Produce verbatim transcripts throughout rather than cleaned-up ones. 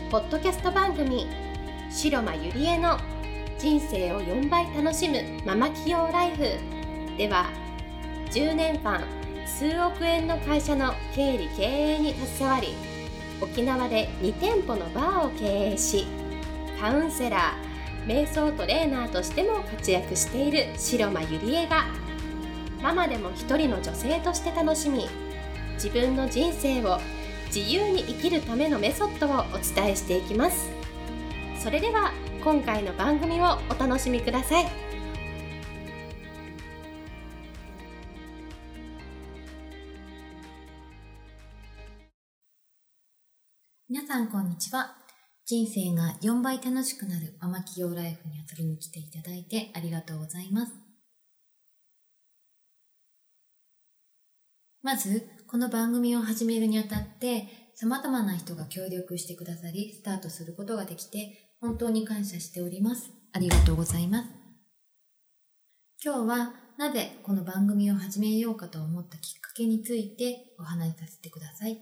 ポッドキャスト番組白間ゆりえの人生をよんばい楽しむママ起業ライフでは、じゅうねんかん数億円の会社の経理経営に携わり、沖縄でにてんぽのバーを経営し、カウンセラー、瞑想トレーナーとしても活躍している白間ゆりえが、ママでも一人の女性として楽しみ、自分の人生を自由に生きるためのメソッドをお伝えしていきます。それでは今回の番組をお楽しみください。 皆さんこんにちは。人生がよんばい楽しくなるママ起業ライフに遊びに来ていただいてありがとうございます。まず、この番組を始めるにあたって、様々な人が協力してくださり、スタートすることができて、本当に感謝しております。ありがとうございます。今日は、なぜこの番組を始めようかと思ったきっかけについてお話しさせてください。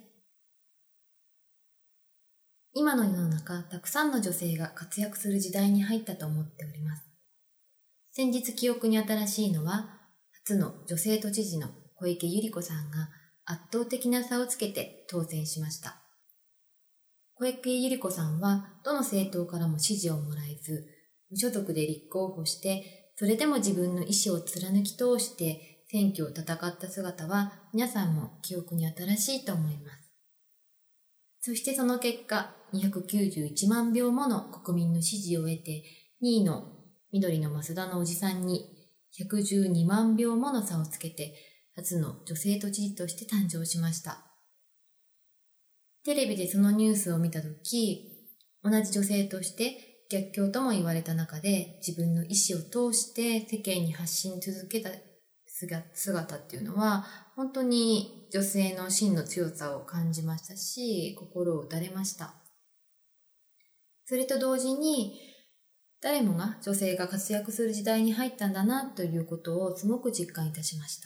今の世の中、たくさんの女性が活躍する時代に入ったと思っております。先日記憶に新しいのは、初の女性都知事の小池百合子さんが圧倒的な差をつけて当選しました。小池百合子さんはどの政党からも支持をもらえず、無所属で立候補して、それでも自分の意思を貫き通して選挙を戦った姿は皆さんも記憶に新しいと思います。そしてその結果、にひゃくきゅうじゅういちまんひょうもの国民の支持を得て、にいの緑の増田のおじさんにひゃくじゅうにまんひょうもの差をつけて、初の女性都知事として誕生しました。テレビでそのニュースを見たとき、同じ女性として逆境とも言われた中で自分の意思を通して世間に発信続けた姿っていうのは本当に女性の真の強さを感じましたし、心を打たれました。それと同時に誰もが女性が活躍する時代に入ったんだなということをすごく実感いたしました。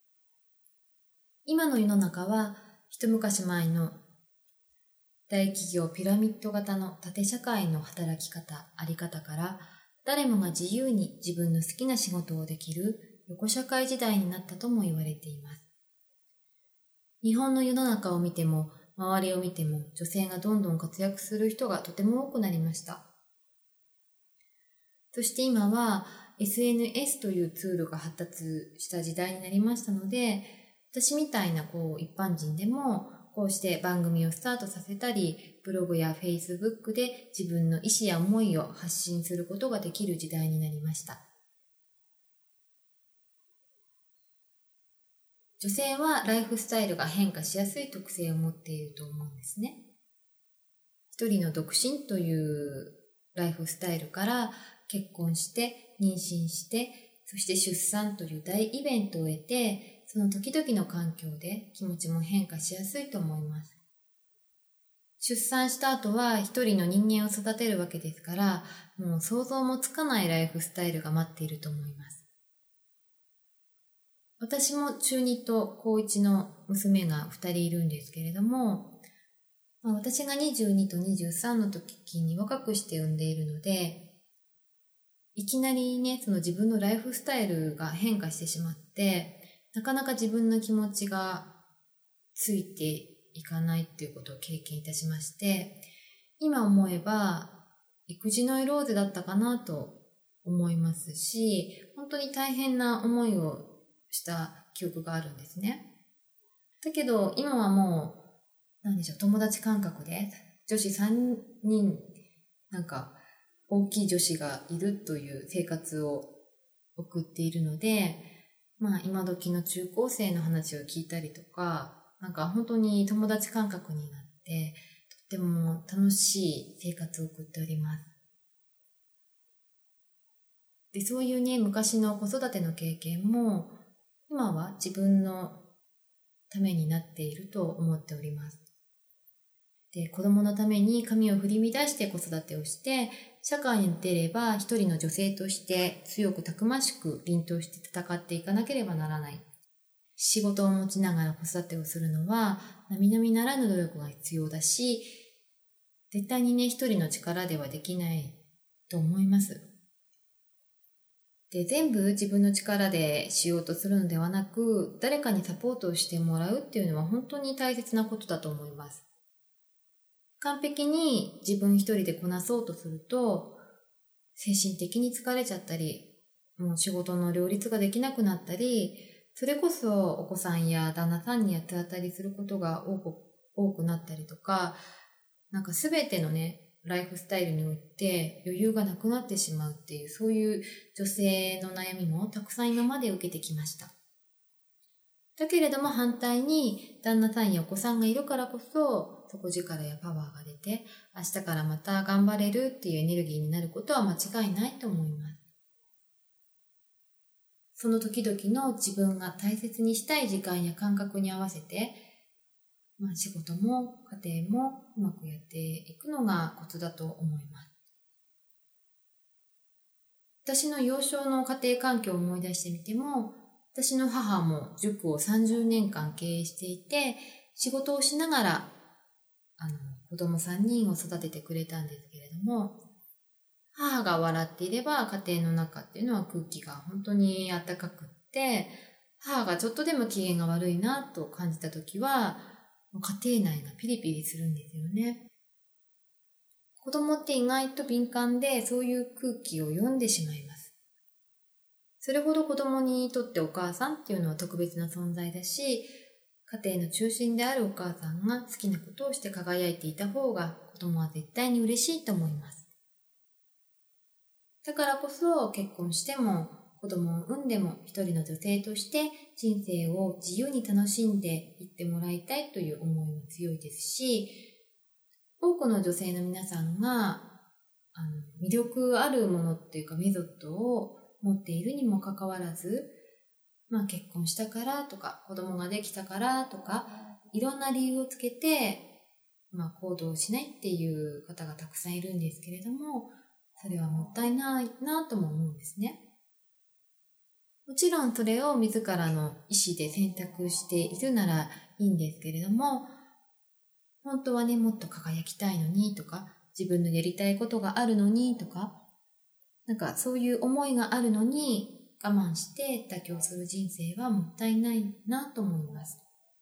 今の世の中は一昔前の大企業ピラミッド型の縦社会の働き方、あり方から誰もが自由に自分の好きな仕事をできる横社会時代になったとも言われています。日本の世の中を見ても周りを見ても女性がどんどん活躍する人がとても多くなりました。そして今は エスエヌエス というツールが発達した時代になりましたので、私みたいなこう一般人でもこうして番組をスタートさせたり、ブログやフェイスブックで自分の意思や思いを発信することができる時代になりました。女性はライフスタイルが変化しやすい特性を持っていると思うんですね。一人の独身というライフスタイルから結婚して、妊娠して、そして出産という大イベントを得て、その時々の環境で気持ちも変化しやすいと思います。出産した後は一人の人間を育てるわけですから、もう想像もつかないライフスタイルが待っていると思います。私も中にと高いちの娘がふたりいるんですけれども、まあ、私がにじゅうにとにじゅうさんの時に若くして産んでいるので、いきなりね、その自分のライフスタイルが変化してしまって、なかなか自分の気持ちがついていかないっていうことを経験いたしまして、今思えば育児ノイローゼだったかなと思いますし、本当に大変な思いをした記憶があるんですね。だけど今はもう、なんでしょう、友達感覚で女子さんにん、なんか大きい女子がいるという生活を送っているので、まあ今時の中高生の話を聞いたりとか、なんか本当に友達感覚になって、とっても楽しい生活を送っております。で、そういうね、昔の子育ての経験も、今は自分のためになっていると思っております。で、子供のために髪を振り乱して子育てをして、社会に出れば一人の女性として強くたくましく凛として戦っていかなければならない。仕事を持ちながら子育てをするのは並々ならぬ努力が必要だし、 絶対にね、一人の力ではできないと思います。で、全部自分の力でしようとするのではなく、誰かにサポートをしてもらうっていうのは本当に大切なことだと思います。完璧に自分一人でこなそうとすると、精神的に疲れちゃったり、もう仕事の両立ができなくなったり、それこそお子さんや旦那さんにやって当たりすることが多く、多くなったりとか、なんか全てのね、ライフスタイルにおいて余裕がなくなってしまうっていう、そういう女性の悩みもたくさん今まで受けてきました。だけれども反対に旦那さんやお子さんがいるからこそ、底力やパワーが出て、明日からまた頑張れるっていうエネルギーになることは間違いないと思います。その時々の自分が大切にしたい時間や感覚に合わせて、まあ、仕事も家庭もうまくやっていくのがコツだと思います。私の幼少の家庭環境を思い出してみても、私の母も塾をさんじゅうねんかん経営していて、仕事をしながらあの子供さんにんを育ててくれたんですけれども、母が笑っていれば家庭の中っていうのは空気が本当に暖かくって、母がちょっとでも機嫌が悪いなと感じたときは、家庭内がピリピリするんですよね。子供って意外と敏感で、そういう空気を読んでしまいます。それほど子供にとってお母さんっていうのは特別な存在だし、家庭の中心であるお母さんが好きなことをして輝いていた方が子供は絶対に嬉しいと思います。だからこそ結婚しても子供を産んでも一人の女性として人生を自由に楽しんでいってもらいたいという思いも強いですし、多くの女性の皆さんがあの魅力あるものっていうかメソッドを持っているにもかかわらず、まあ結婚したからとか子供ができたからとかいろんな理由をつけて、まあ、行動しないっていう方がたくさんいるんですけれども、それはもったいないなとも思うんですね。もちろんそれを自らの意思で選択しているならいいんですけれども、本当はね、もっと輝きたいのにとか、自分のやりたいことがあるのにとか、なんかそういう思いがあるのに我慢して妥協する人生はもったいないなと思います。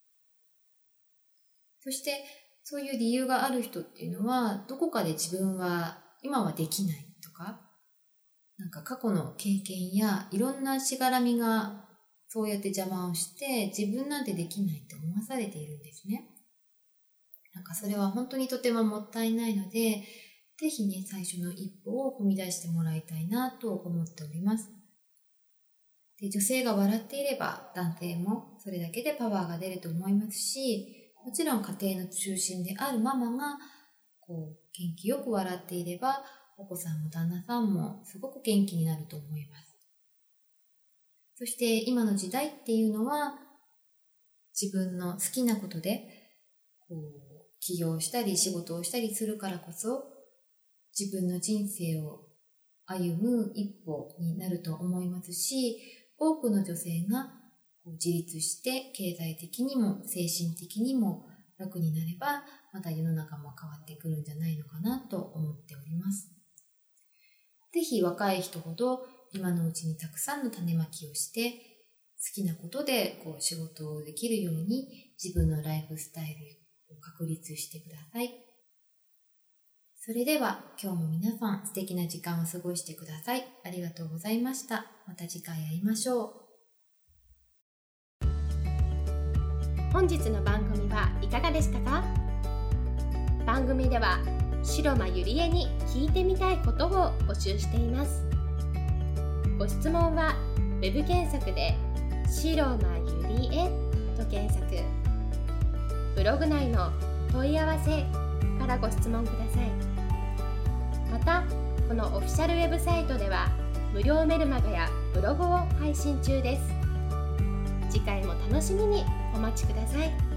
そしてそういう理由がある人っていうのは、どこかで自分は今はできないとか、なんか過去の経験やいろんなしがらみがそうやって邪魔をして自分なんてできないと思わされているんですね。なんかそれは本当にとてももったいないので、ぜひね、最初の一歩を踏み出してもらいたいなと思っております。で、女性が笑っていれば男性もそれだけでパワーが出ると思いますし、もちろん家庭の中心であるママがこう元気よく笑っていれば、お子さんも旦那さんもすごく元気になると思います。そして今の時代っていうのは、自分の好きなことでこう起業したり仕事をしたりするからこそ、自分の人生を歩む一歩になると思いますし、多くの女性が自立して経済的にも精神的にも楽になれば、また世の中も変わってくるんじゃないのかなと思っております。ぜひ若い人ほど今のうちにたくさんの種まきをして、好きなことでこう仕事をできるように自分のライフスタイルを確立してください。それでは今日も皆さん素敵な時間を過ごしてください。ありがとうございました。また次回会いましょう。 本日の番組はいかがでしたか？番組では白間ゆりえに聞いてみたいことを募集しています。ご質問はウェブ検索で白間ゆりえと検索、ブログ内の問い合わせからご質問ください。またこのオフィシャルウェブサイトでは無料メルマガやブログを配信中です。次回も楽しみにお待ちください。